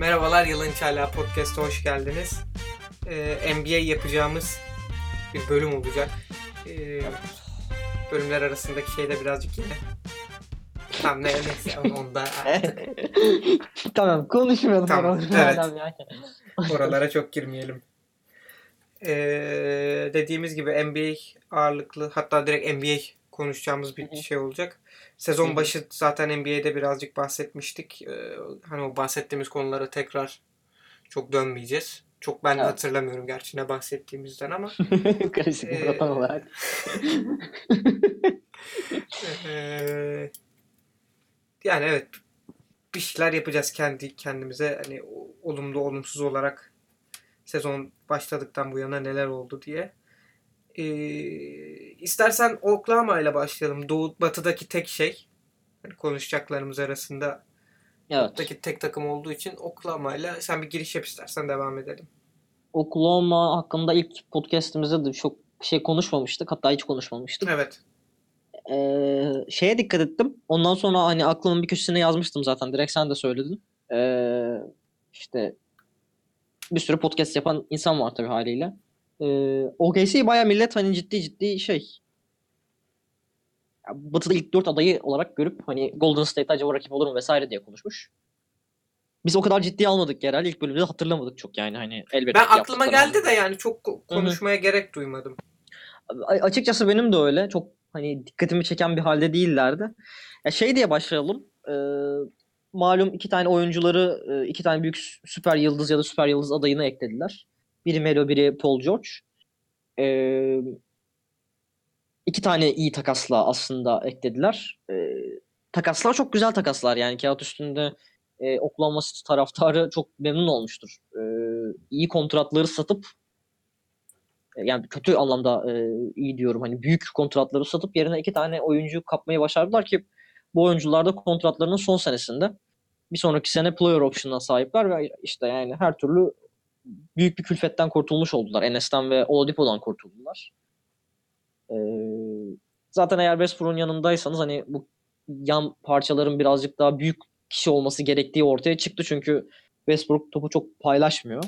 Merhabalar, Yılın Çaylağı Podcast'a hoş geldiniz. NBA yapacağımız bir bölüm olacak. Bölümler arasındaki şeyde birazcık yine... Tamam neyse onda artık. Tamam, konuşmayalım Tamam, oraları evet. madem yani. Oralara çok girmeyelim. Dediğimiz gibi NBA ağırlıklı, hatta direkt NBA konuşacağımız bir şey olacak. Sezon başı zaten NBA'de birazcık bahsetmiştik. Hani o bahsettiğimiz konulara tekrar çok dönmeyeceğiz. Çok ben de Evet. hatırlamıyorum gerçi ne bahsettiğimizden ama. Klasik Murat'an olarak. Ee, Yani evet, bir şeyler yapacağız kendi kendimize, hani olumlu olumsuz olarak sezon başladıktan bu yana neler oldu diye. Ee, istersen Oklahoma ile başlayalım. Doğu batıdaki tek şey, hani konuşacaklarımız arasında Evet. batıdaki tek takım olduğu için Oklahoma ile sen bir giriş yap, istersen devam edelim. Oklahoma hakkında ilk podcast'imizde de çok şey konuşmamıştık. Hatta hiç konuşmamıştık. Evet. Şeye dikkat ettim. Ondan sonra hani aklımın bir köşesine yazmıştım zaten. Direkt sen de söyledin. İşte bir sürü podcast yapan insan var tabii haliyle. OKC bayağı millet hani ciddi ciddi şey. Batı'da ilk 4 adayı olarak görüp hani Golden State acaba rakip olur mu vesaire diye konuşmuş. Biz o kadar ciddiye almadık herhalde. İlk bölümde hatırlamadık çok yani. Hani Ben elbette ki aklıma yaptıklarını geldi de anladık. yani çok Hı hı. konuşmaya gerek duymadım. Açıkçası benim de öyle. Çok hani dikkatimi çeken bir halde değillerdi. Ya şey diye başlayalım. Malum iki tane oyuncuları, iki tane büyük süper yıldız ya da süper yıldız adayını eklediler. Biri Melo, biri Paul George. Ee, iki tane iyi takasla aslında eklediler. Takaslar çok güzel takaslar yani kağıt üstünde Oklahoma City taraftarı çok memnun olmuştur. İyi kontratları satıp yani kötü anlamda iyi diyorum hani büyük kontratları satıp yerine iki tane oyuncu kapmayı başardılar ki bu oyuncular da kontratlarının son senesinde bir sonraki sene player option'ına sahipler ve işte yani her türlü büyük bir külfetten kurtulmuş oldular. Enes'ten ve Oladipo'dan kurtuldular. Zaten eğer Westbrook'un yanındaysanız hani bu yan parçaların birazcık daha büyük kişi olması gerektiği ortaya çıktı. Çünkü Westbrook topu çok paylaşmıyor.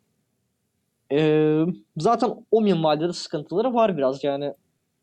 Ee, zaten o minvalde de sıkıntıları var biraz yani.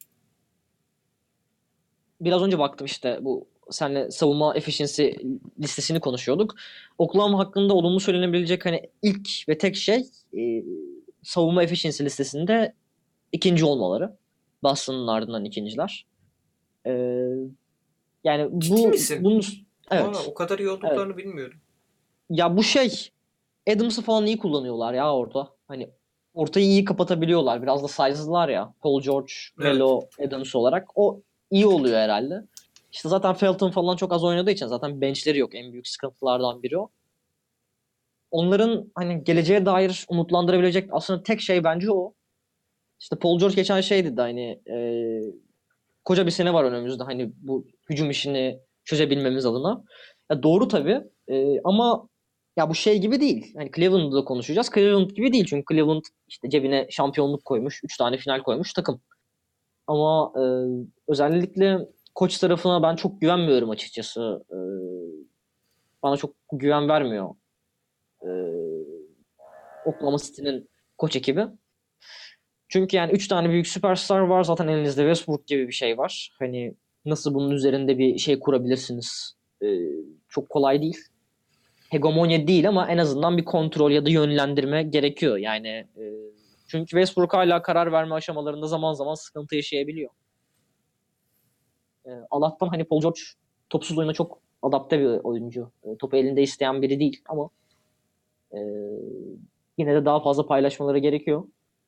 Biraz önce baktım işte bu seninle savunma efficiency listesini konuşuyorduk. Oklahoma hakkında olumlu söylenebilecek hani ilk ve tek şey savunma efficiency listesinde ikinci olmaları. Boston'ın ardından ikinciler. Ee, yani Ciddi misin? bunun Valla evet. o kadar iyi Evet. olduklarını bilmiyordum. Ya bu şey Adams'ı falan iyi kullanıyorlar ya orada. Hani ortayı iyi kapatabiliyorlar. Biraz da size'lılar ya. Paul George, Evet. Melo, Adams olarak. O iyi oluyor herhalde. İşte zaten Felton falan çok az oynadığı için zaten benchleri yok. En büyük sıkıntılardan biri o. Onların hani geleceğe dair umutlandırabilecek aslında tek şey bence o. İşte Paul George geçen şey dedi hani koca bir sene var önümüzde hani bu hücum işini çözebilmemiz adına. Ya doğru tabii ama ya bu şey gibi değil. Hani Cleveland'da da konuşacağız. Cleveland gibi değil çünkü Cleveland işte cebine şampiyonluk koymuş, 3 tane final koymuş takım. Ama özellikle koç tarafına ben çok güvenmiyorum açıkçası. Bana çok güven vermiyor e, Oklahoma City'nin koç ekibi. Çünkü yani 3 tane büyük süperstar var. Zaten elinizde Westbrook gibi bir şey var. Hani nasıl bunun üzerinde bir şey kurabilirsiniz? Çok kolay değil. Hegemonya değil ama en azından bir kontrol ya da yönlendirme gerekiyor. Yani çünkü Westbrook hala karar verme aşamalarında zaman zaman sıkıntı yaşayabiliyor. Allah'tan hani Paul George topsuz oyuna çok adapte bir oyuncu. Topu elinde isteyen biri değil ama e, yine de daha fazla paylaşmaları gerekiyor.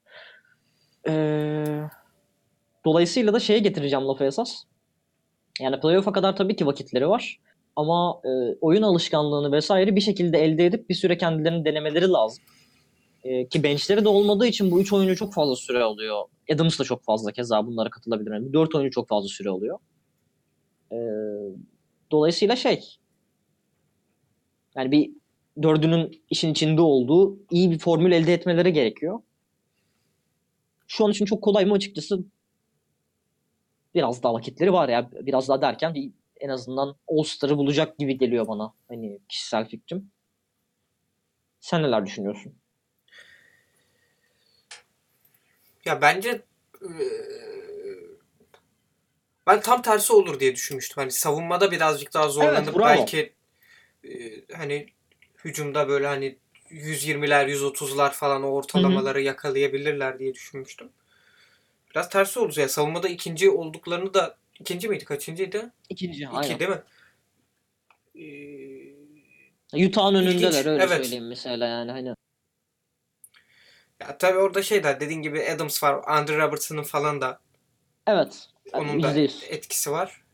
E, dolayısıyla da şeye getireceğim lafı esas. Yani playoff'a kadar tabii ki vakitleri var. Ama oyun alışkanlığını vesaire bir şekilde elde edip bir süre kendilerini denemeleri lazım. Ki benchleri de olmadığı için bu 3 oyuncu çok fazla süre alıyor. Adams da çok fazla keza bunlara katılabilir. Yani 4 oyuncu çok fazla süre alıyor. E, dolayısıyla şey yani bir dördünün işin içinde olduğu iyi bir formül elde etmeleri gerekiyor. Şu an için çok kolay mı açıkçası biraz daha vakitleri var ya. Biraz daha derken en azından All-Star'ı bulacak gibi geliyor bana. Hani kişisel fikrim. Sen neler düşünüyorsun? Ya bence ben tam tersi olur diye düşünmüştüm. Hani savunmada birazcık daha Evet, zorlanıp bravo. belki hani hücumda böyle hani 120'ler, 130'lar falan o Hı hı. ortalamaları yakalayabilirler diye düşünmüştüm. Biraz tersi oldu ya. Savunmada ikinci olduklarını da ikinci miydi? Kaçıncıydı? İkinci, İki aynen. değil mi? Ee, Utah'ın önündeler, ilginç. öyle Evet. söyleyeyim mesela, yani hani. Ya tabii orada şey de dediğin gibi Adams var. Andre Robertson'ın falan da Evet. onun da %100. etkisi var.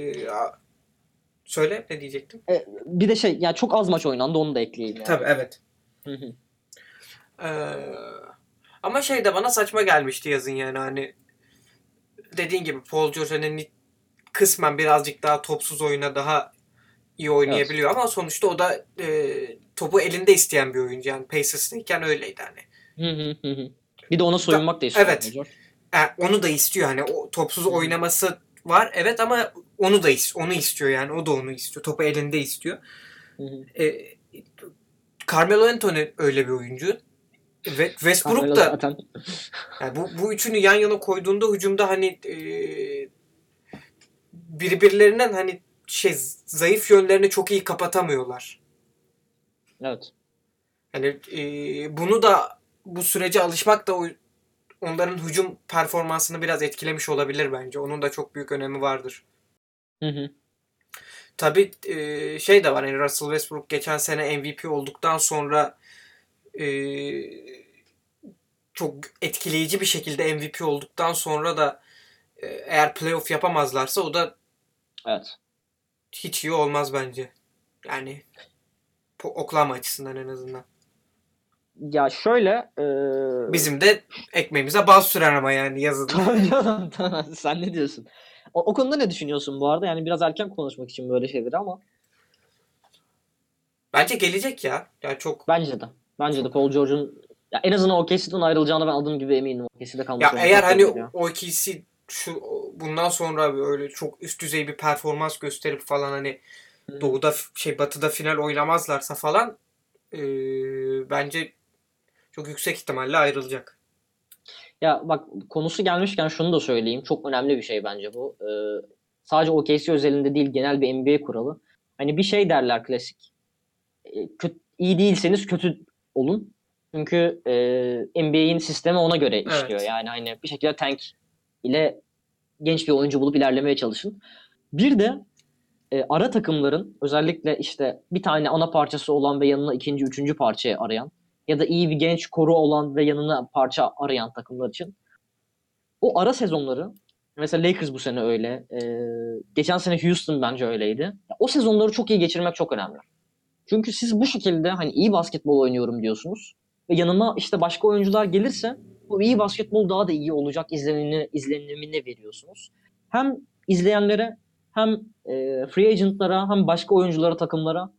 Söyle ne diyecektim? Bir de şey ya, çok az maç oynandı, onu da ekleyeyim Tabii yani. evet. Hı hı. Ee, ama şey de bana saçma gelmişti yazın yani hani dediğin gibi Paul George hani kısmen birazcık daha topsuz oyuna daha iyi Evet. oynayabiliyor ama sonuçta o da topu elinde isteyen bir oyuncu yani Pacers'tayken öyleydi hani. Hı hı hı hı. Bir de ona Da, soyunmak da istiyor Paul evet. George. Onu da istiyor hani o topsuz Hı hı. oynaması var evet ama onu da onu istiyor yani o da onu istiyor. Topu elinde istiyor. Hı hı. E, Carmelo Anthony öyle bir oyuncu. Ve Westbrook Carmelo da zaten. yani bu üçünü yan yana koyduğunda hücumda hani birbirlerinden hani şey zayıf yönlerini çok iyi kapatamıyorlar. Evet. Hani bunu da bu sürece alışmak da onların hücum performansını biraz etkilemiş olabilir bence. Onun da çok büyük önemi vardır. Hı hı. Tabii şey de var. Yani Russell Westbrook geçen sene MVP olduktan sonra e, çok etkileyici bir şekilde MVP olduktan sonra da eğer playoff yapamazlarsa o da Evet. hiç iyi olmaz bence. Yani Oklahoma açısından en azından. Ya şöyle Bizim de ekmeğimize bal sürer ama yani yazın. tabii canım, tamam. Sen ne diyorsun? O konuda ne düşünüyorsun bu arada? Yani biraz erken konuşmak için böyle şeyleri ama Bence gelecek ya. Yani çok bence de. Bence de çok. Paul George'un ya en azından OKC'den ayrılacağına ben adım gibi eminim. OKC'de Ya kalması ona eğer çok zor hani geliyor. o ikisi şu bundan sonra öyle çok üst düzey bir performans gösterip falan hani Hı hı. doğuda şey batıda final oynamazlarsa falan bence çok yüksek ihtimalle ayrılacak. Ya bak, konusu gelmişken şunu da söyleyeyim. Çok önemli bir şey bence bu. Sadece OKC özelinde değil, genel bir NBA kuralı. Hani bir şey derler klasik. İyi değilseniz kötü olun. Çünkü NBA'in sistemi ona göre işliyor. Evet. Yani hani bir şekilde tank ile genç bir oyuncu bulup ilerlemeye çalışın. Bir de ara takımların, özellikle işte bir tane ana parçası olan ve yanına ikinci, üçüncü parçayı arayan ya da iyi bir genç koru olan ve yanına parça arayan takımlar için o ara sezonları, mesela Lakers bu sene öyle. Geçen sene Houston bence öyleydi. Ya, o sezonları çok iyi geçirmek çok önemli. Çünkü siz bu şekilde hani iyi basketbol oynuyorum diyorsunuz ve yanıma işte başka oyuncular gelirse bu iyi basketbol daha da iyi olacak izlenimini veriyorsunuz. Hem izleyenlere, hem free agentlara, hem başka oyunculara, takımlara.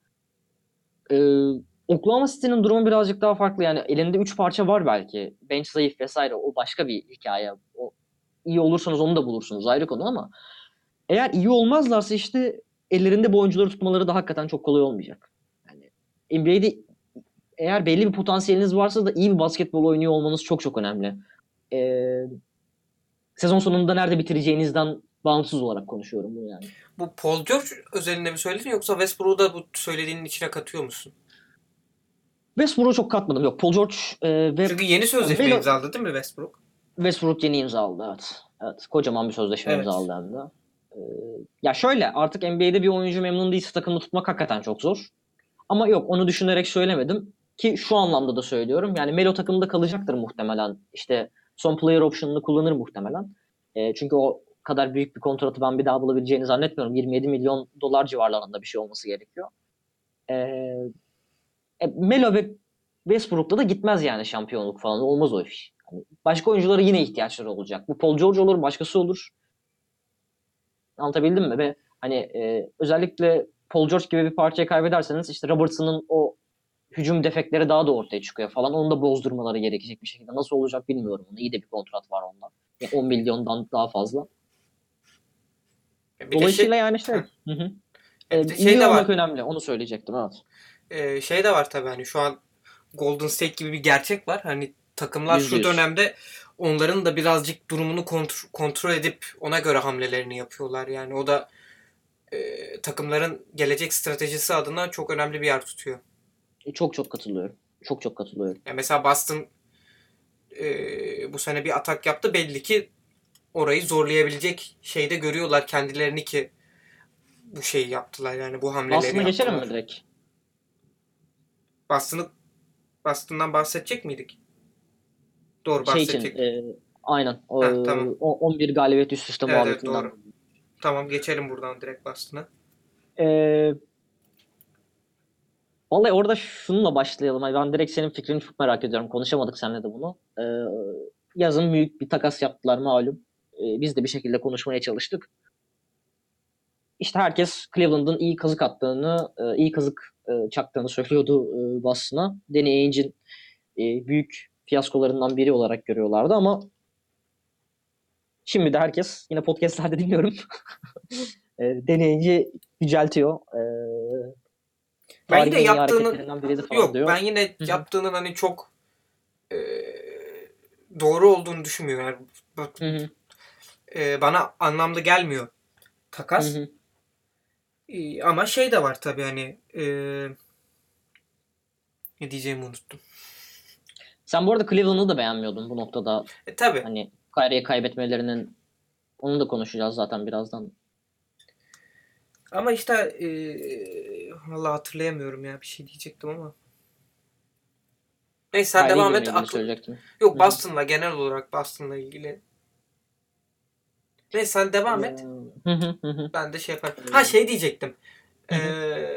E, Oklahoma City'nin durumu birazcık daha farklı. Yani elinde 3 parça var belki. Bench zayıf vesaire, o başka bir hikaye. O, iyi olursanız onu da bulursunuz, ayrı konu, ama eğer iyi olmazlarsa işte ellerinde bu oyuncuları tutmaları da hakikaten çok kolay olmayacak. Yani NBA'de eğer belli bir potansiyeliniz varsa da iyi bir basketbol oynuyor olmanız çok çok önemli. Ee, Sezon sonunda nerede bitireceğinizden bağımsız olarak konuşuyorum bunu yani. Bu Paul George özelinde mi söyledin yoksa Westbrook'u da bu söylediğinin içine katıyor musun? Westbrook'u çok katmadım. Yok, Paul George ve Çünkü yeni yani sözleşme imzaladı değil mi Westbrook? Westbrook yeni imzaladı, evet. Evet, kocaman bir sözleşme Evet. imzaladı hem de. Ee, Ya şöyle, artık NBA'de bir oyuncu memnun değilse takımda tutmak hakikaten çok zor. Ama yok, onu düşünerek söylemedim ki şu anlamda da söylüyorum. Yani Melo takımda kalacaktır muhtemelen. İşte son player option'ını kullanır muhtemelen. Çünkü o kadar büyük bir kontratı ben bir daha bulabileceğini zannetmiyorum. 27 milyon dolar civarlarında bir şey olması gerekiyor. Ee, Melo ve Westbrook'ta da gitmez yani şampiyonluk falan. Olmaz o iş. Hani başka oyunculara yine ihtiyaçları olacak. Bu Paul George olur, başkası olur. Anlatabildim mi? Ve hani özellikle Paul George gibi bir parçayı kaybederseniz işte Robertson'ın o hücum defekleri daha da ortaya çıkıyor falan. Onu da bozdurmaları gerekecek bir şekilde. Nasıl olacak bilmiyorum. Onu iyi de bir kontrat var ondan. 10 milyondan daha fazla. Bir de Dolayısıyla şey yani şey, hı hı. bir de şey İyi de olmak var. önemli. Onu söyleyecektim, evet. Şey de var tabii hani şu an Golden State gibi bir gerçek var. Hani takımlar şu %100. dönemde onların da birazcık durumunu kontrol edip ona göre hamlelerini yapıyorlar. Yani o da takımların gelecek stratejisi adına çok önemli bir yer tutuyor. Çok çok katılıyorum. Çok çok katılıyorum. Yani mesela Boston bu sene bir atak yaptı. Belli ki orayı zorlayabilecek şeyde görüyorlar kendilerini ki bu şeyi yaptılar. Yani bu hamleleri Boston'a geçelim mi yaptılar. direkt? Boston'dan bahsedecek miydik? Doğru Şey için bahsedecektik. aynen Heh, tamam. 11 galibiyet üst üste Evet evet muhabbetinden. doğru. Tamam geçelim buradan direkt Boston'a. E, Vallahi orada şununla başlayalım. Hani ben direkt senin fikrini çok merak ediyorum. Konuşamadık seninle de bunu. Yazın büyük bir takas yaptılar malum. Biz de bir şekilde konuşmaya çalıştık. İşte herkes Cleveland'ın iyi kazık attığını, iyi kazık çaktığını söylüyordu Boston'a. Danny Ainge'in büyük fiyaskolarından biri olarak görüyorlardı ama şimdi de herkes yine podcastlerde dinliyorum. Danny Ainge'i yüceltiyor. Ben yine Tarihin en iyi yaptığının hareketlerinden biriydi falan yok diyor. ben yine Hı hı, yaptığının hani çok e, doğru olduğunu düşünmüyorum. Yani, hı hı, bana anlamlı gelmiyor hı takas. hı. Ama şey de var tabii hani ne diyeceğimi unuttum. Sen bu arada Cleveland'ı da beğenmiyordun bu noktada. Tabii. Hani Kyrie'yi kaybetmelerinin onu da konuşacağız zaten birazdan. Ama işte vallahi hatırlayamıyorum ya bir şey diyecektim ama. Neyse sen Kyrie devam ile mi et. ilgili söyleyecektim. Yok Hı hı. Boston'la genel olarak Boston'la ilgili. Neyse sen devam et. Hı hı, hı hı. Ben de şey yaparım. Ha Ee, şey diyecektim. hı hı.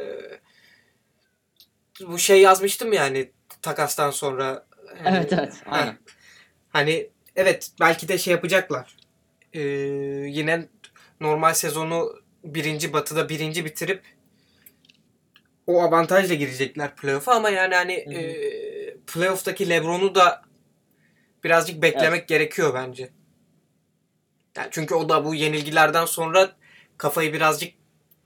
Bu şey yazmıştım yani takastan sonra Evet evet aynen. hani evet belki de şey yapacaklar. Ee, Yine normal sezonu birinci batıda birinci bitirip o avantajla girecekler playoff'a ama yani hani Hı hı. playoff'taki LeBron'u da birazcık Evet. beklemek gerekiyor bence. Yani çünkü o da bu yenilgilerden sonra kafayı birazcık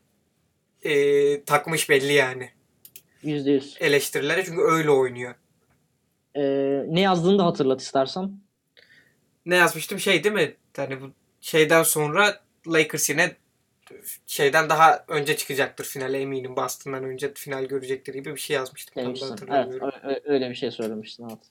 takmış belli yani %100. eleştirilere çünkü öyle oynuyor. Ne yazdığını da hatırlat istersen. Ne yazmıştım şey değil mi? Yani bu şeyden sonra Lakers yine şeyden daha önce çıkacaktır finale eminim. Boston'dan önce final görecektir gibi bir şey yazmıştım. Tam da Demişsin. Evet hatırlamıyorum. öyle bir şey söylemiştin evet.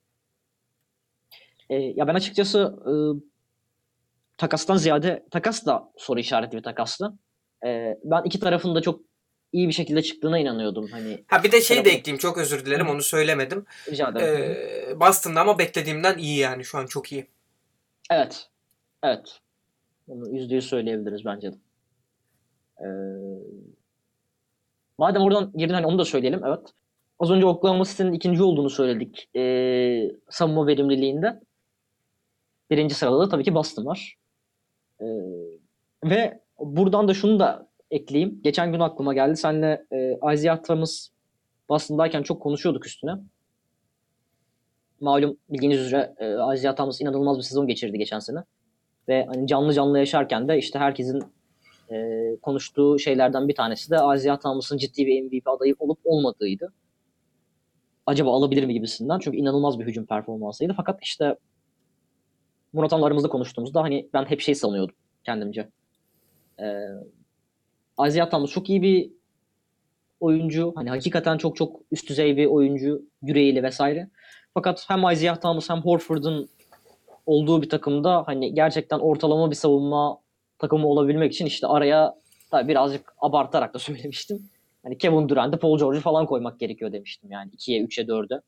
Ya ben açıkçası takastan ziyade takas da soru işareti bir takastı. Ben iki tarafın da çok iyi bir şekilde çıktığına inanıyordum. Hani Ha bir de iki şey de tarafın. ekleyeyim çok özür Hı dilerim hı. onu söylemedim. Rica ederim. Hı hı. Boston'da ama beklediğimden iyi yani şu an çok iyi. Evet. Evet. Bunu %100 söyleyebiliriz bence de. Ee, Madem oradan girdin hani onu da söyleyelim. Evet. Az önce Oklahoma City'nin ikinci olduğunu söyledik. Savunma verimliliğinde. Birinci sırada da tabii ki Boston var. Ee, Ve buradan da şunu da ekleyeyim. Geçen gün aklıma geldi. Seninle Isaiah Thomas Boston'dayken çok konuşuyorduk üstüne. Malum bildiğiniz üzere Isaiah Thomas inanılmaz bir sezon geçirdi geçen sene. Ve hani canlı canlı yaşarken de işte herkesin konuştuğu şeylerden bir tanesi de Isaiah Thomas'ın ciddi bir MVP adayı olup olmadığıydı. Acaba alabilir mi gibisinden. Çünkü inanılmaz bir hücum performansıydı. Fakat işte Murat Han'la aramızda konuştuğumuzda hani ben hep şey sanıyordum kendimce. Ee, Isaiah Thomas çok iyi bir oyuncu. Hani hakikaten çok çok üst düzey bir oyuncu yüreğiyle vesaire. Fakat hem Isaiah Thomas hem Horford'un olduğu bir takımda hani gerçekten ortalama bir savunma takımı olabilmek için işte araya tabii birazcık abartarak da söylemiştim. Hani Kevin Durant'ı, Paul George'u falan koymak gerekiyor demiştim yani 2'ye, 3'e, 4'e.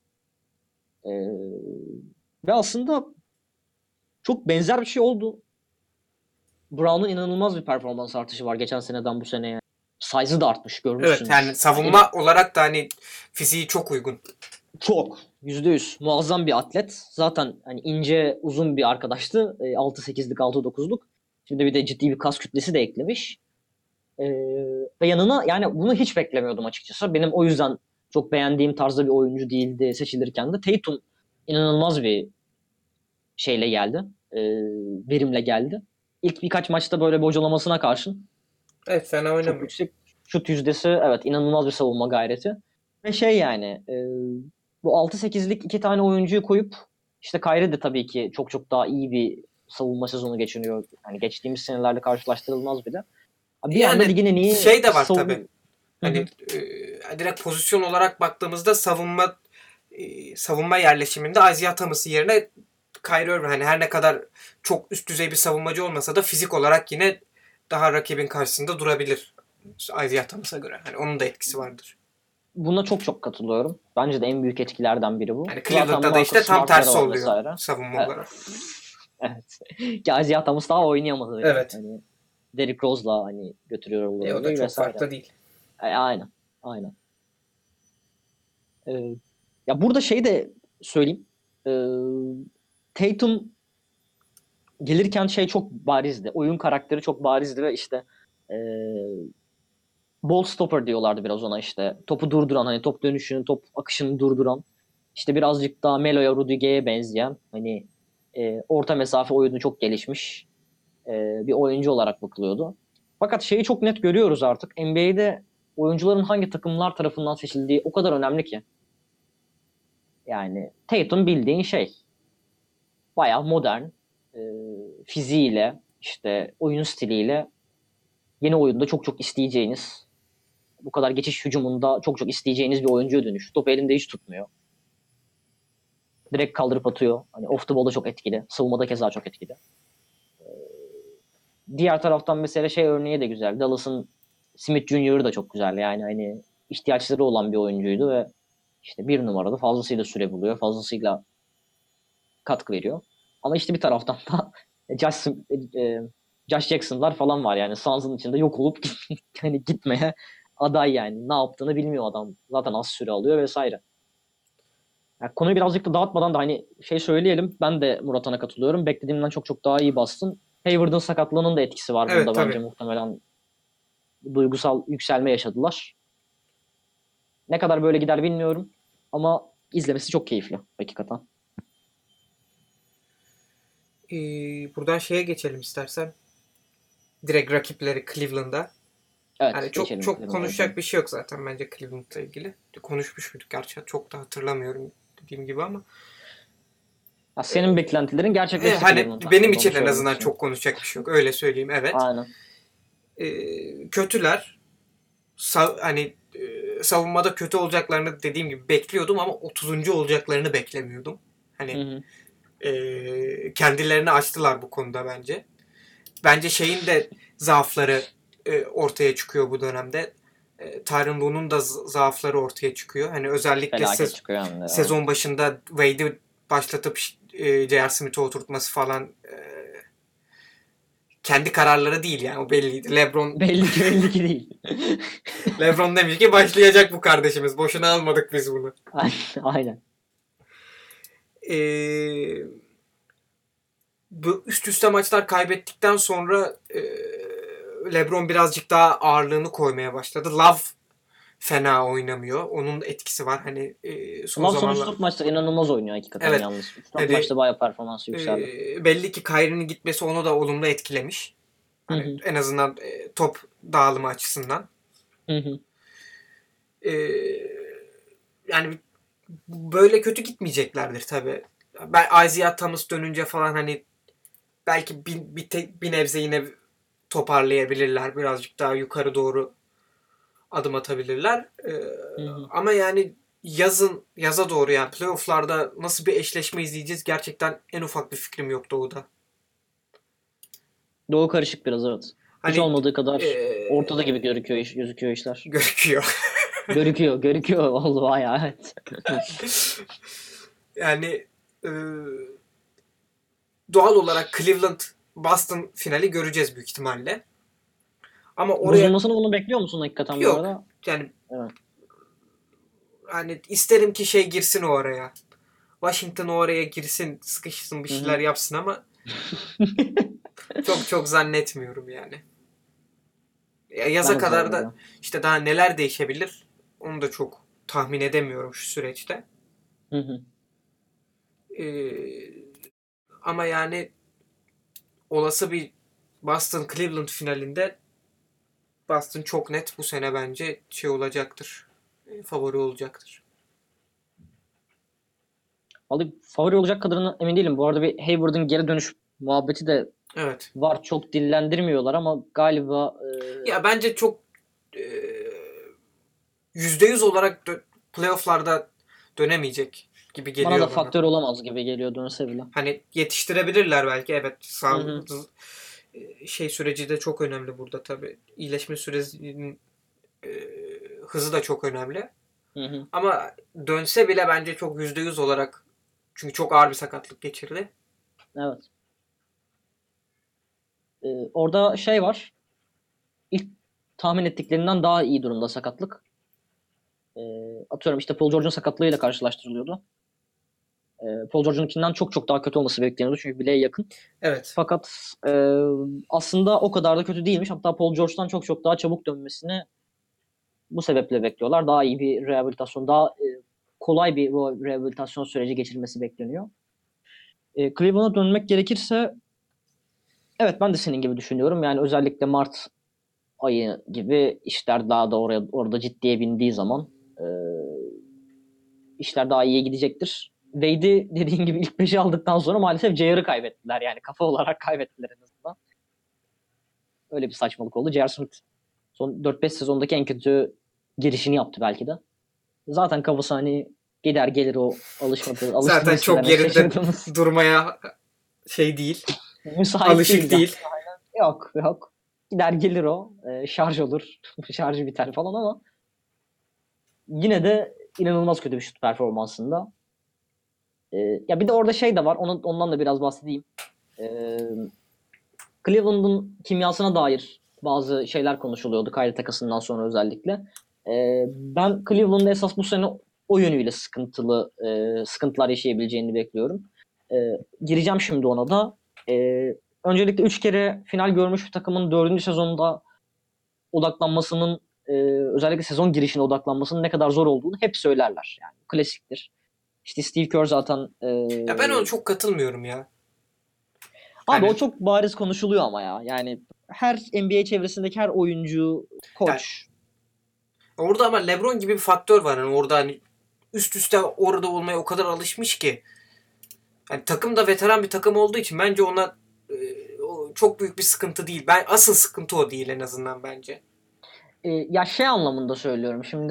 Ve aslında çok benzer bir şey oldu. Brown'un inanılmaz bir performans artışı var geçen seneden bu seneye. Size'ı da artmış Evet yani görmüşsündür. Yani savunma olarak da hani fiziği çok uygun. çok. %100. Muazzam bir atlet. Zaten hani ince uzun bir arkadaştı. 6-8'lik 6-9'luk. Şimdi bir de ciddi bir kas kütlesi de eklemiş. Ee, Ve yanına yani bunu hiç beklemiyordum açıkçası. Benim o yüzden çok beğendiğim tarzda bir oyuncu değildi seçilirken de. Tatum inanılmaz bir şeyle geldi. Ee, Verimle geldi. İlk birkaç maçta böyle bocalamasına karşın Evet fena çok oynamıyor. yüksek şut yüzdesi, evet, inanılmaz bir savunma gayreti. Ve şey yani bu 6-8'lik iki tane oyuncuyu koyup işte Kyrie de tabii ki çok çok daha iyi bir savunma sezonu geçiriyor. Yani geçtiğimiz senelerle karşılaştırılmaz bile. Bir anda Yani ligin en iyi şey de var tabii. Hı Hani hı. direkt pozisyon olarak baktığımızda savunma yerleşiminde Isaiah Thomas'ın yerine Kyrie Irving, hani her ne kadar çok üst düzey bir savunmacı olmasa da fizik olarak yine daha rakibin karşısında durabilir. Isaiah Thomas'a göre. Hani onun da etkisi vardır. Buna çok çok katılıyorum. Bence de en büyük etkilerden biri bu. Yani Zaten Cleveland'da da Marcus işte tam Smart'ları tersi var oluyor vesaire. savunma E, olarak. evet. Ki Isaiah Thomas daha oynayamadı bile. Evet. Hani Derrick Rose'la hani götürüyor o O da rolü çok vesaire. farklı değil. Aynen. Aynen. Ya burada şey de söyleyeyim. E, Tatum gelirken şey çok barizdi. Oyun karakteri çok barizdi ve işte e, ball stopper diyorlardı biraz ona işte. Topu durduran, hani top dönüşünü, top akışını durduran. İşte birazcık daha Melo'ya, Rudiger'e benzeyen, hani orta mesafe oyunu çok gelişmiş bir oyuncu olarak bakılıyordu. Fakat şeyi çok net görüyoruz artık. NBA'de oyuncuların hangi takımlar tarafından seçildiği o kadar önemli ki. Yani Tatum bildiğin şey. Bayağı modern, e, fiziğiyle, işte oyun stiliyle yeni oyunda çok çok isteyeceğiniz, bu kadar geçiş hücumunda çok çok isteyeceğiniz bir oyuncuya dönüş. Topu elinde hiç tutmuyor. Direkt kaldırıp atıyor. Hani off the ball'da çok etkili. Savunmada keza çok etkili. Diğer taraftan mesela şey örneği de güzel. Dallas'ın Smith Junior'ı da çok güzel. Yani hani ihtiyaçları olan bir oyuncuydu ve işte bir numarada fazlasıyla süre buluyor. Fazlasıyla katkı veriyor. Ama işte bir taraftan da Josh, Josh Jackson'lar falan var yani. Suns'ın içinde yok olup hani gitmeye aday yani. Ne yaptığını bilmiyor adam. Zaten az süre alıyor vesaire. Yani konuyu birazcık da dağıtmadan da hani şey söyleyelim. Ben de Murat'a katılıyorum. Beklediğimden çok çok daha iyi bastın. Hayward'ın sakatlığının da etkisi var Evet bunda bence tabii. muhtemelen. Duygusal yükselme yaşadılar. Ne kadar böyle gider bilmiyorum. Ama izlemesi çok keyifli hakikaten. Buradan şeye geçelim istersen. Direkt rakipleri Cleveland'a. Evet, Hani çok geçelim çok Cleveland'a konuşacak geçelim. bir şey yok zaten bence Cleveland'la ilgili. Konuşmuş muyduk gerçi, çok da hatırlamıyorum dediğim gibi ama. Ya senin beklentilerin gerçekleşti Hani Cleveland benim hakkında, onu için en söylemek azından istiyorum. çok konuşacak bir şey yok. Öyle söyleyeyim, evet. Aynen. Kötüler. Hani savunmada kötü olacaklarını dediğim gibi bekliyordum ama 30. olacaklarını beklemiyordum. Hı Hani hı. kendilerini açtılar bu konuda bence. Bence şeyin de zaafları ortaya çıkıyor bu dönemde. Tyronn Lue'nun da zaafları ortaya çıkıyor. Hani özellikle Felaket çıkıyor hem de. Evet. sezon başında Wade'i başlatıp J.R. Smith'i oturtması falan kendi kararları değil yani, o belliydi. Belli ki belli ki değil. LeBron demiş ki başlayacak bu kardeşimiz. Boşuna almadık biz bunu. Aynen. Ee, Bu üst üste maçlar kaybettikten sonra LeBron birazcık daha ağırlığını koymaya başladı. Love fena oynamıyor. Onun etkisi var. Hani son Love son zamanlar 3-4 maçta inanılmaz oynuyor hakikaten evet, yalnız. 3-4 hani maçta bayağı performansı yükseldi. belli ki Kyrie'nin gitmesi onu da olumlu etkilemiş. Hı Hani hı. en azından top dağılımı açısından. Hı hı. E, Yani böyle kötü gitmeyeceklerdir tabii. Ben Isaiah Thomas dönünce falan hani belki bir nebze yine toparlayabilirler. Birazcık daha yukarı doğru adım atabilirler. Hı hı. Ama yani yaza doğru, yani playoff'larda nasıl bir eşleşme izleyeceğiz gerçekten en ufak bir fikrim yok Doğu'da. Doğu karışık biraz, evet. Hiç Hani olmadığı kadar ortada ee, gibi gözüküyor işler. gözüküyor. Görüküyor oldu bayağı, evet. Yani ee, doğal olarak Cleveland Boston finali göreceğiz büyük ihtimalle. Ama oraya Bozulmasını bunu bekliyor musun hakikaten bu yok. arada? Yani Evet. hani isterim ki şey girsin o araya. Washington o araya girsin, sıkışsın, bir Hı şeyler hı. yapsın ama çok çok zannetmiyorum yani. Ben Yaza de kadar da zannediyorum. işte daha neler değişebilir onu da çok tahmin edemiyorum şu süreçte. Hı hı. Ee, Ama yani olası bir Boston Cleveland finalinde Boston çok net bu sene bence şey olacaktır. Favori olacaktır. Vallahi favori olacak kadarına emin değilim. Bu arada bir Hayward'ın geri dönüş muhabbeti de Evet. var. Çok dillendirmiyorlar ama galiba Ya bence çok e, %100 olarak playoff'larda dönemeyecek gibi bana da geliyor bana. faktör olamaz gibi geliyor dönse bile. Hani yetiştirebilirler belki. Evet, Hı hı. şey süreci de çok önemli burada tabii. İyileşme sürecinin e, hızı da çok önemli. Hı hı. Ama dönse bile bence çok %100 olarak, çünkü çok ağır bir sakatlık geçirdi. Evet. Orada şey var. İlk tahmin ettiklerinden daha iyi durumda sakatlık. Atıyorum işte Paul George'un sakatlığıyla karşılaştırılıyordu. Paul George'unkinden çok çok daha kötü olması bekleniyordu çünkü bileğe yakın. Evet. Fakat aslında o kadar da kötü değilmiş. Hatta Paul George'dan çok çok daha çabuk dönmesini bu sebeple bekliyorlar. Daha iyi bir rehabilitasyon, daha kolay bir rehabilitasyon süreci geçirmesi bekleniyor. Cleveland'a dönmek gerekirse evet ben de senin gibi düşünüyorum. Yani özellikle Mart ayı gibi işler daha da orada ciddiye bindiği zaman e, işler daha iyiye gidecektir. Wade'i dediğin gibi ilk 5'i aldıktan sonra maalesef J.R.'ı kaybettiler. Yani kafa olarak kaybettiler en azından. Öyle bir saçmalık oldu. J.R. Smith son 4-5 sezondaki en kötü girişini yaptı belki de. Zaten kafası hani gider gelir o Zaten alıştığımız çok şeylerine yerinde şaşırdığımız durmaya şey değil. müsait değil Alışık zaten. değil. Yok yok. Gider gelir o. Şarj olur. Şarjı biter falan ama yine de inanılmaz kötü bir şut performansında. Ya bir de orada şey de var. Ondan da biraz bahsedeyim. Ee, Cleveland'ın kimyasına dair bazı şeyler konuşuluyordu Kyrie takasından sonra özellikle. Ben Cleveland'ın esas bu sene o yönüyle sıkıntılar yaşayabileceğini bekliyorum. Gireceğim şimdi ona da. Öncelikle 3 kere final görmüş bir takımın 4. sezonunda odaklanmasının özellikle sezon girişine odaklanmasının ne kadar zor olduğunu hep söylerler. Yani klasiktir. İşte Steve Kerr zaten Ya ben ona çok katılmıyorum ya. abi o Hani çok bariz konuşuluyor ama ya. Yani her NBA çevresindeki her oyuncu, yani koç. orada ama LeBron gibi bir faktör var. Hani orada hani üst üste orada olmaya o kadar alışmış ki. Yani takım da veteran bir takım olduğu için bence ona o çok büyük bir sıkıntı değil. Ben asıl sıkıntı o değil en azından bence. Ya şey anlamında söylüyorum. Şimdi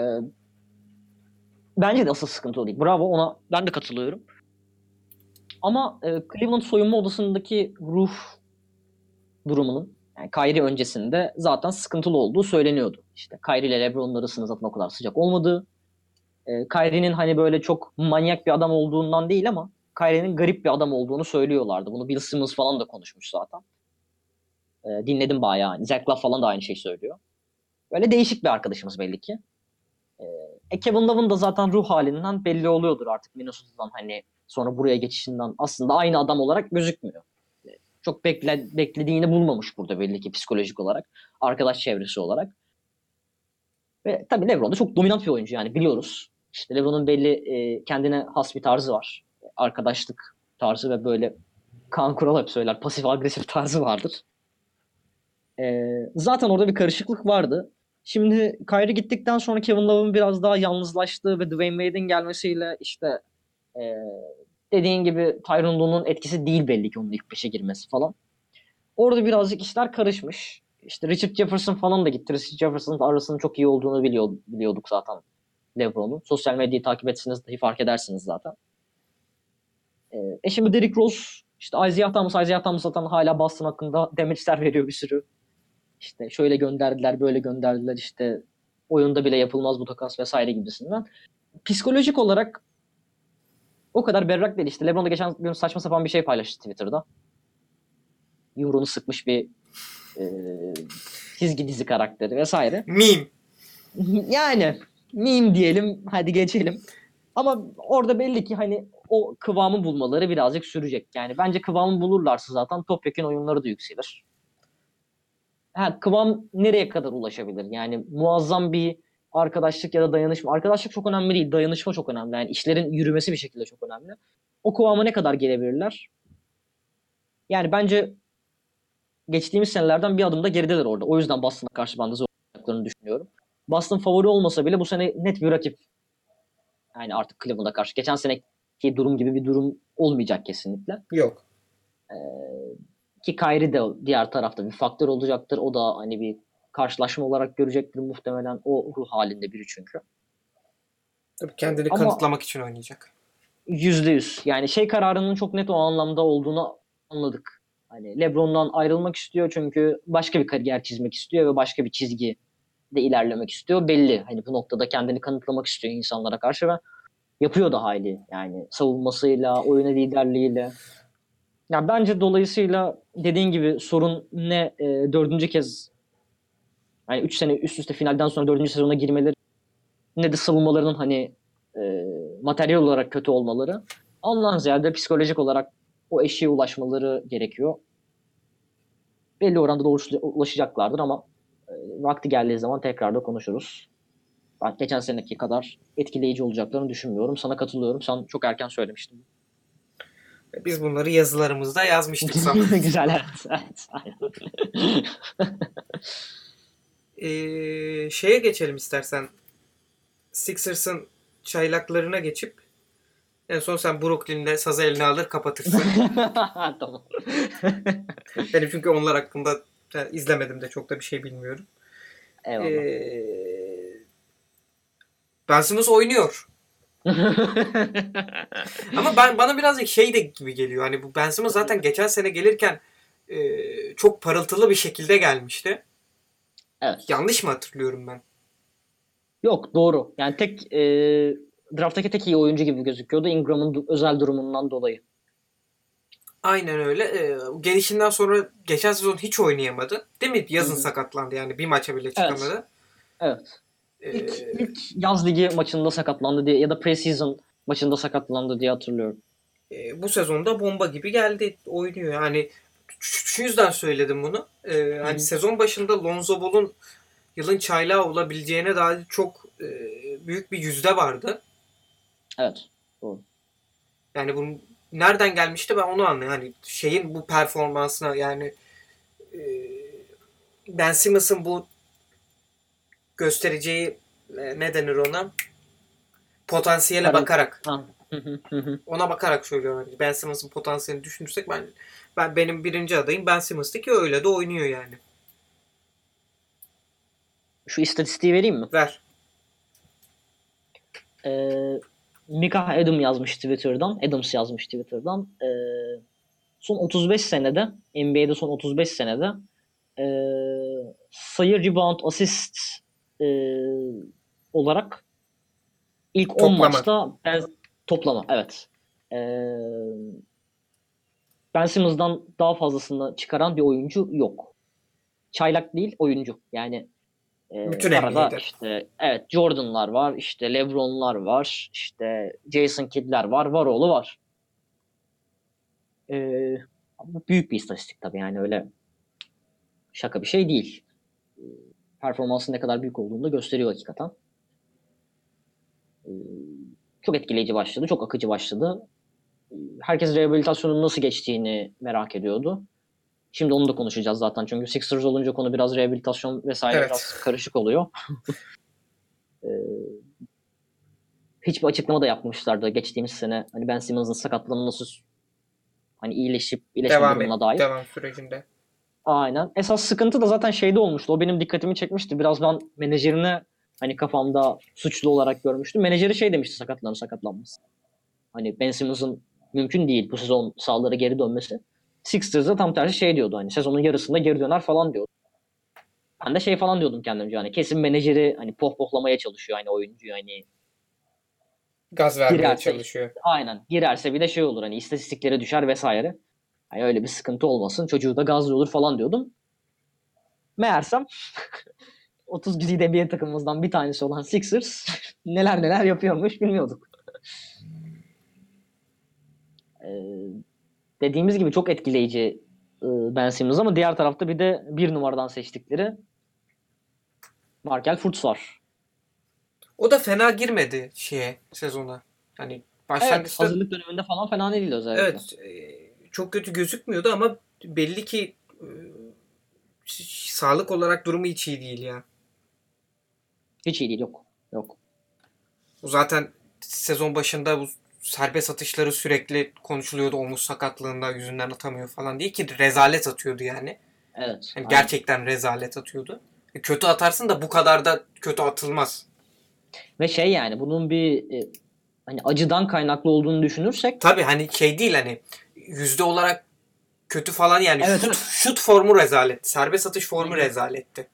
bence de asıl sıkıntı o değil. Bravo ona ben de katılıyorum. Ama Cleveland soyunma odasındaki ruh durumunun yani Kyrie öncesinde zaten sıkıntılı olduğu söyleniyordu. İşte Kyrie ile LeBron'un arasında zaten o kadar sıcak olmadığı. Kyrie'nin hani böyle çok manyak bir adam olduğundan değil ama Kyrie'nin garip bir adam olduğunu söylüyorlardı. Bunu Bill Simmons falan da konuşmuş zaten. Dinledim bayağı. Hani Zach Love falan da aynı şeyi söylüyor. Böyle değişik bir arkadaşımız belli ki. Kevin Love'ın da zaten ruh halinden belli oluyordur artık Minnesota'dan hani sonra buraya geçişinden aslında aynı adam olarak gözükmüyor. Çok beklediğini bulmamış burada belli ki psikolojik olarak, arkadaş çevresi olarak. Ve tabii LeBron da çok dominant bir oyuncu yani biliyoruz. İşte LeBron'un belli kendine has bir tarzı var. Arkadaşlık tarzı ve böyle Kaan Kural hep söyler pasif agresif tarzı vardır. Zaten orada bir karışıklık vardı. Şimdi Kyrie gittikten sonra Kevin Love'ın biraz daha yalnızlaştığı ve Dwayne Wade'in gelmesiyle işte e, dediğin gibi Tyronn Lue'nun etkisi değil belli ki onun ilk beşe girmesi falan. Orada birazcık işler karışmış. İşte Richard Jefferson falan da gitti. Richard Jefferson'ın arasının çok iyi olduğunu biliyorduk zaten LeBron'un. Sosyal medyayı takip etseniz dahi fark edersiniz zaten. Şimdi Derrick Rose, işte Isaiah Thomas zaten hala Boston hakkında demeçler veriyor bir sürü. İşte şöyle gönderdiler, böyle gönderdiler işte oyunda bile yapılmaz bu takas vesaire gibisinden. Psikolojik olarak o kadar berrak değil. İşte LeBron da geçen gün saçma sapan bir şey paylaştı Twitter'da. Yumruğunu sıkmış bir e, çizgi dizi karakteri vesaire. Meme. Yani meme diyelim, hadi geçelim. Ama orada belli ki hani o kıvamı bulmaları birazcık sürecek. Yani bence kıvamı bulurlarsa zaten topyekun oyunları da yükselir. Ha, kıvam nereye kadar ulaşabilir? Yani muazzam bir arkadaşlık ya da dayanışma. Arkadaşlık çok önemli değil, dayanışma çok önemli. Yani işlerin yürümesi bir şekilde çok önemli. O kıvama ne kadar gelebilirler? Yani bence geçtiğimiz senelerden bir adım da gerideler orada. O yüzden Boston'a karşı ben de zorlanacaklarını düşünüyorum. Boston favori olmasa bile bu sene net bir rakip. Yani artık Cleveland'a karşı. Geçen sene ki durum gibi bir durum olmayacak kesinlikle. Yok. Ki Kyrie de diğer tarafta bir faktör olacaktır. O da hani bir karşılaşma olarak görecektir muhtemelen. O ruh halinde biri çünkü. Tabii kendini Ama kanıtlamak için oynayacak. %100. Yani şey kararının çok net o anlamda olduğunu anladık. Hani LeBron'dan ayrılmak istiyor çünkü başka bir kariyer çizmek istiyor ve başka bir çizgi de ilerlemek istiyor. Belli. Hani bu noktada kendini kanıtlamak istiyor insanlara karşı ve yapıyor da hali. Yani savunmasıyla, oyuna liderliğiyle. Ya bence dolayısıyla dediğin gibi sorun ne dördüncü kez yani 3 sene üst üste finalden sonra dördüncü sezona girmeleri ne de savunmalarının hani materyal olarak kötü olmaları. Ondan ziyade psikolojik olarak o eşiğe ulaşmaları gerekiyor. Belli oranda da ulaşacaklardır ama vakti geldiği zaman tekrar da konuşuruz. Ben geçen seneki kadar etkileyici olacaklarını düşünmüyorum. Sana katılıyorum. Sen çok erken söylemiştin. Biz bunları yazılarımızda yazmıştık sana. Güzel, evet. Evet, aynen. Şeye geçelim istersen. Sixers'ın çaylaklarına geçip en son sen Brooklyn'de sazı eline alır kapatırsın. Tamam. Benim çünkü onlar hakkında izlemedim de çok da bir şey bilmiyorum. Eyvallah. Ee, Ben Simmons oynuyor. Ama bana birazcık şey de gibi geliyor. Hani bu Ben Simmons zaten geçen sene gelirken çok parıltılı bir şekilde gelmişti. Evet. Yanlış mı hatırlıyorum ben? Yok, doğru. Yani drafttaki tek iyi oyuncu gibi gözüküyordu Ingram'ın özel durumundan dolayı. Aynen öyle. Gelişinden sonra geçen sezon hiç oynayamadı. Değil mi? Hı Yazın hı. sakatlandı yani. Bir maça bile Evet. çıkamadı. Evet. Ee, İlk yaz ligi maçında sakatlandı diye ya da preseason maçında sakatlandı diye hatırlıyorum. Bu sezonda bomba gibi geldi. Oynuyor. Yani şu yüzden söyledim bunu. Hı Hani hı. sezon başında Lonzo Ball'un yılın çaylağı olabileceğine dair çok büyük bir yüzde vardı. Evet. Doğru. Yani bunun nereden gelmişti ben onu anlıyorum. Hani şeyin bu performansına yani e, Ben Simmons'ın bu göstereceği ne denir ona? Potansiyele Parıl. bakarak Ha. Hı hı, hı hı. ona bakarak söylüyorum. Ben Simmons'ın potansiyelini düşünürsek benim birinci adayım Ben Simmons'tı ki öyle de oynuyor yani. Şu istatistiği vereyim mi? Ver. Ee, Mika Adams yazmış Twitter'dan. Son 35 senede, NBA'de son 35 senede sayı, rebound, asist e, olarak ilk 10 Toplama. maçta toplama, evet. E, Ben Simmons'dan daha fazlasını çıkaran bir oyuncu yok. Çaylak değil, oyuncu. Yani Bütün arada NBA'de. işte evet Jordan'lar var, işte LeBron'lar var, işte Jason Kidd'ler var, Varoğlu var. Ama büyük bir istatistik tabii yani öyle şaka bir şey değil. Performansın ne kadar büyük olduğunu da gösteriyor hakikaten. Ee, Çok etkileyici başladı, çok akıcı başladı. Herkes rehabilitasyonun nasıl geçtiğini merak ediyordu. Şimdi onu da konuşacağız zaten çünkü Sixers olunca konu biraz rehabilitasyon vesaire Evet. biraz karışık oluyor. Hiçbir açıklama da yapmışlardı geçtiğimiz sene. Hani Ben Simmons'ın sakatlığının nasıl hani iyileşip iyileşme durumuna dair. Devam sürecinde. Aynen. Esas sıkıntı da zaten şeyde olmuştu. O benim dikkatimi çekmişti. Biraz ben menajerine hani kafamda suçlu olarak görmüştüm. Menajeri şey demişti sakatlanması. Hani Ben Simmons'ın mümkün değil bu sezon sahalara geri dönmesi. Sixers'da tam tersi şey diyordu hani sezonun yarısında geri döner falan diyordu. Ben de şey falan diyordum kendimce hani kesin menajeri hani pohpohlamaya çalışıyor hani oyuncuyu hani Gaz vermeye girerse çalışıyor. aynen girerse bir de şey olur hani istatistiklere düşer vesaire. Hani öyle bir sıkıntı olmasın çocuğu da gazlı olur falan diyordum. Meğersem 30 güzide NBA takımımızdan bir tanesi olan Sixers neler neler yapıyormuş bilmiyorduk. Ee, Dediğimiz gibi çok etkileyici Ben Simmons ama diğer tarafta bir de bir numaradan seçtikleri Markel Fultz var. O da fena girmedi sezona. Hani Evet, başlangıçta hazırlık döneminde falan fena değildi özellikle. evet çok kötü gözükmüyordu ama belli ki sağlık olarak durumu hiç iyi değil ya. Hiç iyi değil, yok. Yok. O zaten sezon başında bu serbest atışları sürekli konuşuluyordu. Omuz sakatlığında yüzünden atamıyor falan diye ki rezalet atıyordu yani. Evet. Yani Aynen. gerçekten rezalet atıyordu. Kötü atarsın da bu kadar da kötü atılmaz. Ve şey yani bunun bir hani acıdan kaynaklı olduğunu düşünürsek Tabii hani şey değil hani yüzde olarak kötü falan yani evet, şut, evet. şut formu rezalet. Serbest atış Hı formu hı. rezaletti.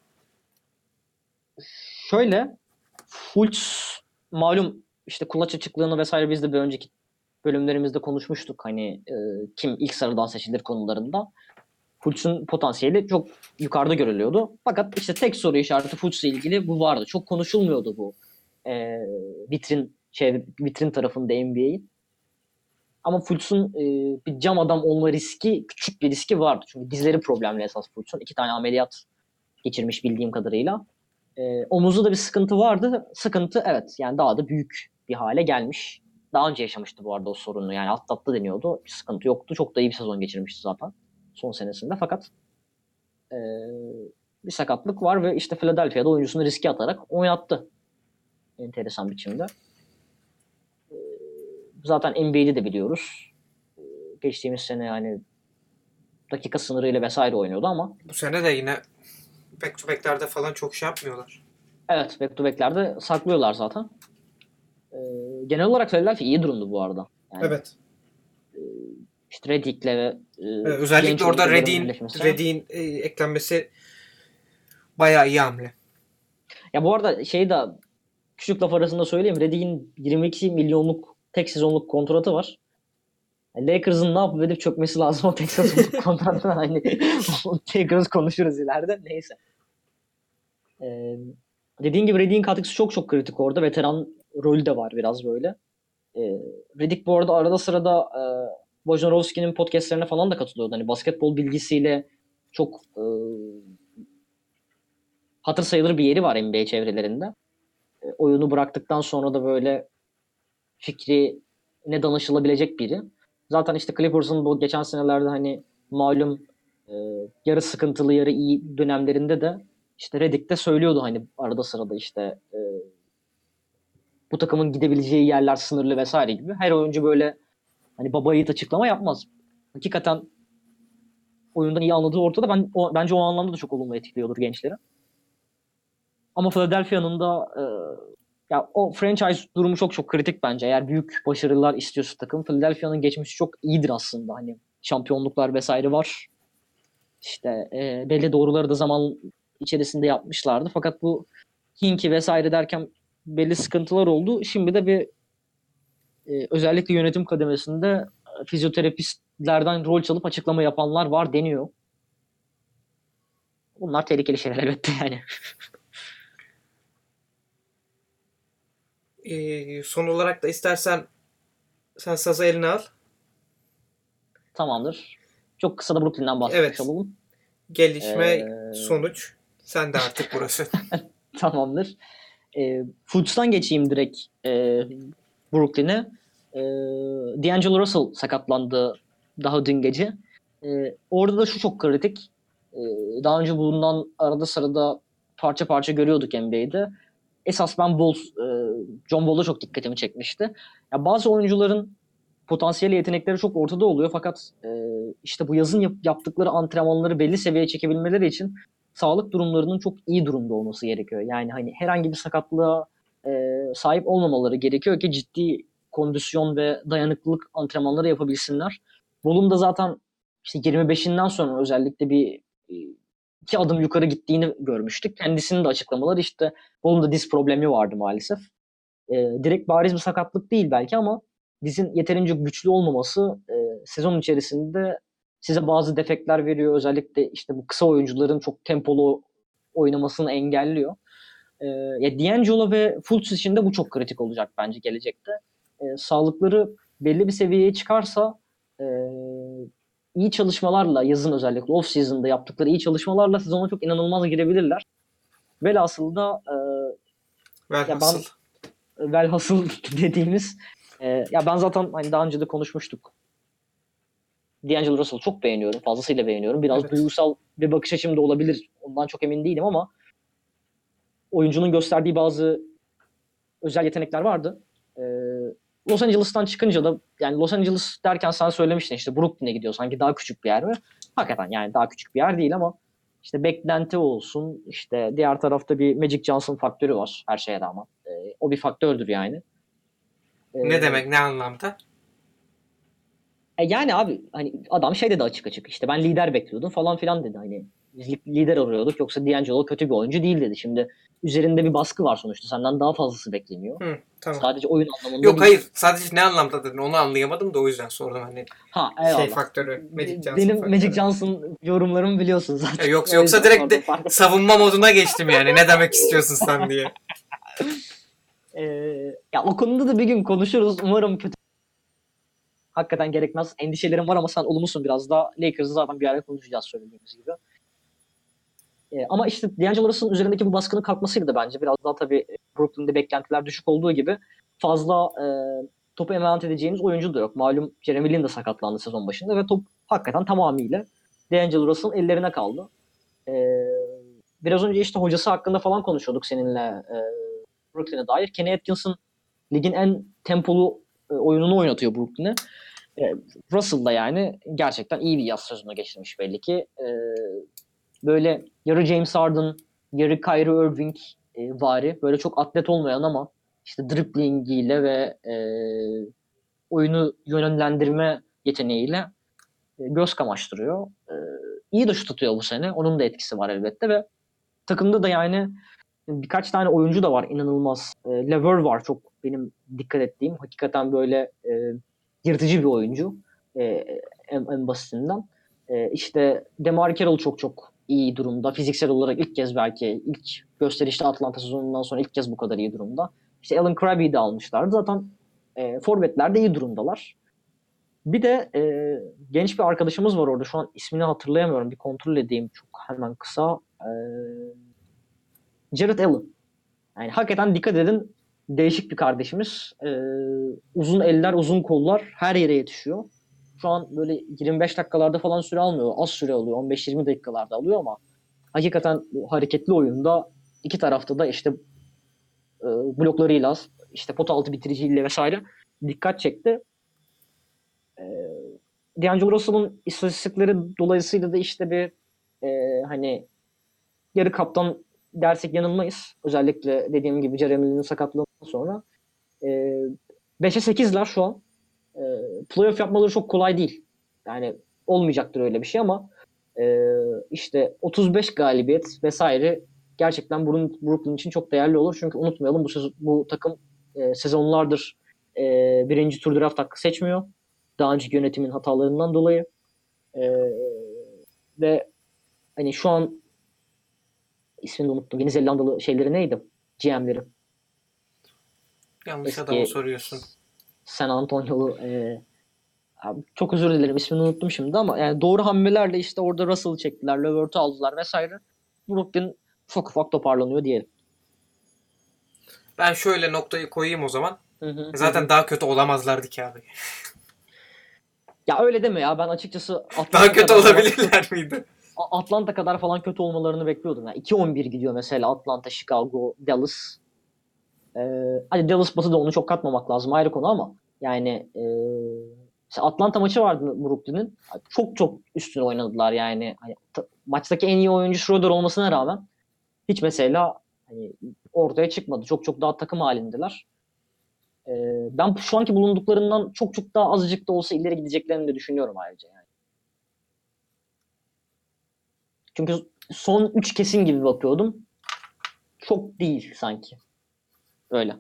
Şöyle Fultz malum işte kulaç açıklığını vesaire biz de bir önceki bölümlerimizde konuşmuştuk. Hani kim ilk sıradan seçilir konularında. Fultz'un potansiyeli çok yukarıda görülüyordu. Fakat işte tek soru işareti Fultz'la ilgili bu vardı. Çok konuşulmuyordu bu e, vitrin tarafında NBA'in. Ama Fultz'un bir cam adam olma riski, küçük bir riski vardı. Çünkü dizleri problemli esas Fultz'un. 2 tane ameliyat geçirmiş bildiğim kadarıyla. Omuzda da bir sıkıntı vardı. Sıkıntı evet yani daha da büyük bir hale gelmiş. Daha önce yaşamıştı bu arada o sorunu. Yani atlattı deniyordu. Bir sıkıntı yoktu. Çok da iyi bir sezon geçirmişti zaten son senesinde. Fakat e, bir sakatlık var ve işte Philadelphia'da oyuncusunu riske atarak oynattı. Enteresan biçimde. Zaten NBA'de de biliyoruz. Geçtiğimiz sene yani dakika sınırıyla vesaire oynuyordu ama Bu sene de yine back to back'lerde falan çok şey yapmıyorlar. evet back to back'lerde saklıyorlar zaten. Genel olarak Philadelphia iyi durumdu bu arada. Yani Evet. işte Redick'le ve Özellikle genç orada oyuncuların Reddy'in birleşmesi. Reddy'in eklenmesi bayağı iyi hamle. Ya bu arada şey de küçük laf arasında söyleyeyim. Redick'in 22 milyonluk tek sezonluk kontratı var. Yani Lakers'ın ne yapıp edip çökmesi lazım o tek sezonluk kontratına. Hani Lakers konuşuruz ileride. Neyse. Ee, Dediğin gibi Redick'in katkısı çok çok kritik orada. Veteran rolü de var biraz böyle. Ee, Redick bu arada arada sırada Wojnarowski'nin podcastlerine falan da katılıyordu. Hani basketbol bilgisiyle çok hatır sayılır bir yeri var NBA çevrelerinde. Oyunu bıraktıktan sonra da böyle fikri ne danışılabilecek biri. Zaten işte Clippers'ın bu geçen senelerde hani malum e, yarı sıkıntılı yarı iyi dönemlerinde de işte Redick de söylüyordu hani arada sırada işte bu takımın gidebileceği yerler sınırlı vesaire gibi. Her oyuncu böyle hani baba yiğit açıklama yapmaz. Hakikaten oyundan iyi anladığı ortada. Bence o anlamda da çok olumlu etkiliyordur gençleri. Ama Philadelphia'nın da ya o franchise durumu çok çok kritik bence. Eğer büyük başarılar istiyorsa takım Philadelphia'nın geçmişi çok iyidir aslında. Hani şampiyonluklar vesaire var. İşte belli doğruları da zaman içerisinde yapmışlardı. Fakat bu Hinkie vesaire derken belli sıkıntılar oldu. Şimdi de bir özellikle yönetim kademesinde fizyoterapistlerden rol çalıp açıklama yapanlar var deniyor. Bunlar tehlikeli şeyler elbette yani. Son olarak da istersen sen sazı eline al. Tamamdır. Çok kısa da Brooklyn'den bahsetmiş Evet. olalım. Gelişme, Ee, sonuç. Sen de artık burası. Tamamdır. Fultz'tan geçeyim direkt Brooklyn'e. D'Angelo Russell sakatlandı daha dün gece. Orada da şu çok kritik. Daha önce bundan arada sırada parça parça görüyorduk NBA'de. Esas ben John Wall'a çok dikkatimi çekmişti. Ya bazı oyuncuların potansiyel yetenekleri çok ortada oluyor fakat işte bu yazın yaptıkları antrenmanları belli seviyeye çekebilmeleri için sağlık durumlarının çok iyi durumda olması gerekiyor. Yani hani herhangi bir sakatlığa sahip olmamaları gerekiyor ki ciddi kondisyon ve dayanıklılık antrenmanları yapabilsinler. Bolun da zaten işte 25'inden sonra özellikle bir 2 adım yukarı gittiğini görmüştük. Kendisinin de açıklamaları işte Bolun da diz problemi vardı maalesef. Direkt bariz bir sakatlık değil belki ama dizin yeterince güçlü olmaması sezon içerisinde size bazı defektler veriyor. Özellikle işte bu kısa oyuncuların çok tempolu oynamasını engelliyor. Ya D'Angelo ve Fultz için de bu çok kritik olacak bence gelecekte. Sağlıkları belli bir seviyeye çıkarsa e, iyi çalışmalarla yazın özellikle off season'da yaptıkları iyi çalışmalarla sezona çok inanılmaz girebilirler. Velhasıl da ya Velhasıl. ben velhasıl dediğimiz ya ben zaten hani daha önce de konuşmuştuk. D'Angelo Russell'ı çok beğeniyorum. Fazlasıyla beğeniyorum. Biraz Evet. duygusal bir bakış açım da olabilir. Ondan çok emin değilim ama oyuncunun gösterdiği bazı özel yetenekler vardı. Los Angeles'tan çıkınca da yani Los Angeles derken sen söylemiştin işte Brooklyn'e gidiyor sanki daha küçük bir yer mi? Hakikaten yani daha küçük bir yer değil ama işte beklenti olsun işte diğer tarafta bir Magic Johnson faktörü var her şeye rağmen. O bir faktördür yani. Ne Ee, demek, ne anlamda? Yani abi hani adam şey dedi açık açık işte ben lider bekliyordum falan filan dedi hani biz lider arıyorduk yoksa D'Angelo kötü bir oyuncu değil dedi. Şimdi üzerinde bir baskı var sonuçta senden daha fazlası bekleniyor. Hı, tamam. Sadece oyun anlamında Yok, değil. hayır, sadece ne anlamda dedin onu anlayamadım da o yüzden sordum, hani Ha şey eyvallah. faktörü, Magic Johnson Benim Magic faktörü. Johnson yorumlarımı biliyorsun zaten. Yoksa, O yoksa yüzden direkt sordum de pardon. savunma moduna geçtim yani, ne demek istiyorsun sen diye. Ee, Ya o konuda da bir gün konuşuruz. Umarım kötü hakikaten gerekmez. Endişelerim var ama sen olumlusun biraz da. Lakers'ı zaten bir ara konuşacağız söylediğimiz gibi. Ama işte D'Angelo Russell'ın üzerindeki bu baskının kalkmasıydı da bence. Biraz daha tabii Brooklyn'de beklentiler düşük olduğu gibi fazla topu emanet edeceğimiz oyuncu da yok. Malum Jeremy Lin de sakatlandı sezon başında ve top hakikaten tamamıyla D'Angelo Russell'ın ellerine kaldı. E, Biraz önce işte hocası hakkında falan konuşuyorduk seninle Brooklyn'e dair. Kenny Atkinson ligin en tempolu oyununu oynatıyor Brooklyn'e. E, Russell da yani gerçekten iyi bir yaz sezonu geçirmiş belli ki. Böyle yarı James Harden, yarı Kyrie Irving vari böyle çok atlet olmayan ama işte driblingiyle ve oyunu yönlendirme yeteneğiyle göz kamaştırıyor. İyi de şut atıyor bu sene. Onun da etkisi var elbette ve takımda da yani birkaç tane oyuncu da var inanılmaz. Lever var çok benim dikkat ettiğim. Hakikaten böyle yırtıcı bir oyuncu. E, en basitinden. İşte DeMar Carroll çok çok iyi durumda. Fiziksel olarak ilk kez belki ilk gösterişli Atlanta sezonundan sonra ilk kez bu kadar iyi durumda. İşte Allen Crabbe'yi de almışlardı. Zaten forvetler de iyi durumdalar. Bir de genç bir arkadaşımız var orada. Şu an ismini hatırlayamıyorum. Bir kontrol edeyim çok hemen kısa. Jared Allen. Yani hakikaten dikkat edin değişik bir kardeşimiz. Uzun eller, uzun kollar her yere yetişiyor. Şu an böyle 25 dakikalarda falan süre almıyor. Az süre alıyor. 15-20 dakikalarda alıyor ama hakikaten bu hareketli oyunda iki tarafta da işte bloklarıyla işte pot altı bitiriciyle vesaire dikkat çekti. E, D'Angelo Russell'ın istatistikleri dolayısıyla da işte bir hani yarı kaptan dersek yanılmayız. Özellikle dediğim gibi Jeremy Lin'in sakatlığından sonra. E, 5'e 8'ler şu an. E, Playoff yapmaları çok kolay değil. Yani olmayacaktır öyle bir şey ama işte 35 galibiyet vesaire gerçekten Brooklyn için çok değerli olur. Çünkü unutmayalım bu takım sezonlardır birinci tur draft hakkı seçmiyor. Daha önceki yönetimin hatalarından dolayı. E, Ve hani şu an ismini unuttum. Yeni Zelandalı şeyleri neydi? GM'leri. Yanlış adama Eski soruyorsun. San Antonio'lu abi çok özür dilerim ismini unuttum şimdi ama yani doğru hamlelerle işte orada Russell'ı çektiler, Levert'ü aldılar vesaire. Brooklyn ufak ufak toparlanıyor diyelim. Ben şöyle noktayı koyayım o zaman. Hı hı, hı Zaten hı. daha kötü olamazlardı ki abi. Ya öyle deme ya ben açıkçası Daha Atlanta kötü kadar falan kötü olabilirler miydi? Atlanta kadar falan kötü olmalarını bekliyordum. Yani 2-11 gidiyor mesela Atlanta, Chicago, Dallas. Hadi Dallas Batı'da onu çok katmamak lazım ayrı konu ama yani mesela Atlanta maçı vardı Brooklyn'in. Çok çok üstüne oynadılar yani. Hani maçtaki en iyi oyuncu Schroeder olmasına rağmen hiç mesela hani ortaya çıkmadı. Çok çok daha takım halindeler. Ben şu anki bulunduklarından çok çok daha azıcık da olsa ileri gideceklerini de düşünüyorum ayrıca yani. Çünkü son 3 kesin gibi bakıyordum. Çok değil sanki. Öyle.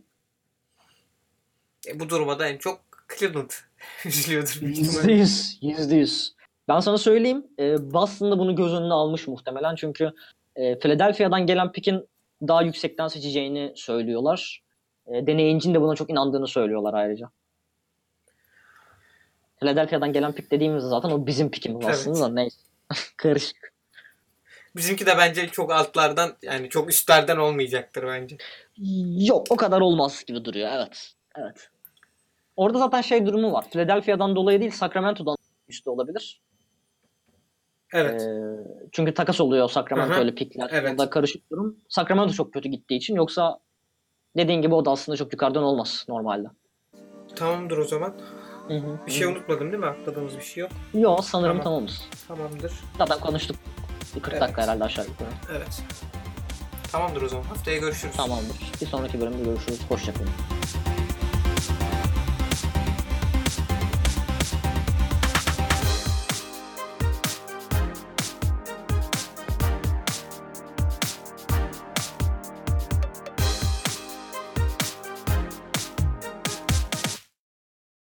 Bu duruma da en çok Cleveland üzülüyordur büyük Yüzde ihtimalle. yüz, %100. Ben sana söyleyeyim. Boston da bunu göz önüne almış muhtemelen. Çünkü Philadelphia'dan gelen pick'in daha yüksekten seçeceğini söylüyorlar. Danny Ainge'in de buna çok inandığını söylüyorlar ayrıca. Philadelphia'dan gelen pick dediğimizde zaten o bizim pick'imiz aslında da Evet. neyse. Karışık. Bizimki de bence çok altlardan, yani çok üstlerden olmayacaktır bence. Yok o kadar olmaz gibi duruyor. Evet. Evet. Orada zaten şey durumu var. Philadelphia'dan dolayı değil Sacramento'dan üstü olabilir. Evet. Çünkü takas oluyor Hı Sacramento hı. ile pickler. Evet. Orada karışık durum. Sacramento çok kötü gittiği için yoksa dediğin gibi o da aslında çok yukarıdan olmaz normalde. Tamamdır o zaman. Hı hı. Bir şey unutmadım değil mi? Atladığımız bir şey yok. Yok, sanırım Tamam. tamamız. Tamamdır. Zaten konuştuk. Bir 40 dakika Evet. herhalde aşağı yukarı. Evet. Tamamdır o zaman. Haftaya görüşürüz. Tamamdır. Bir sonraki bölümde görüşürüz. Hoşçakalın.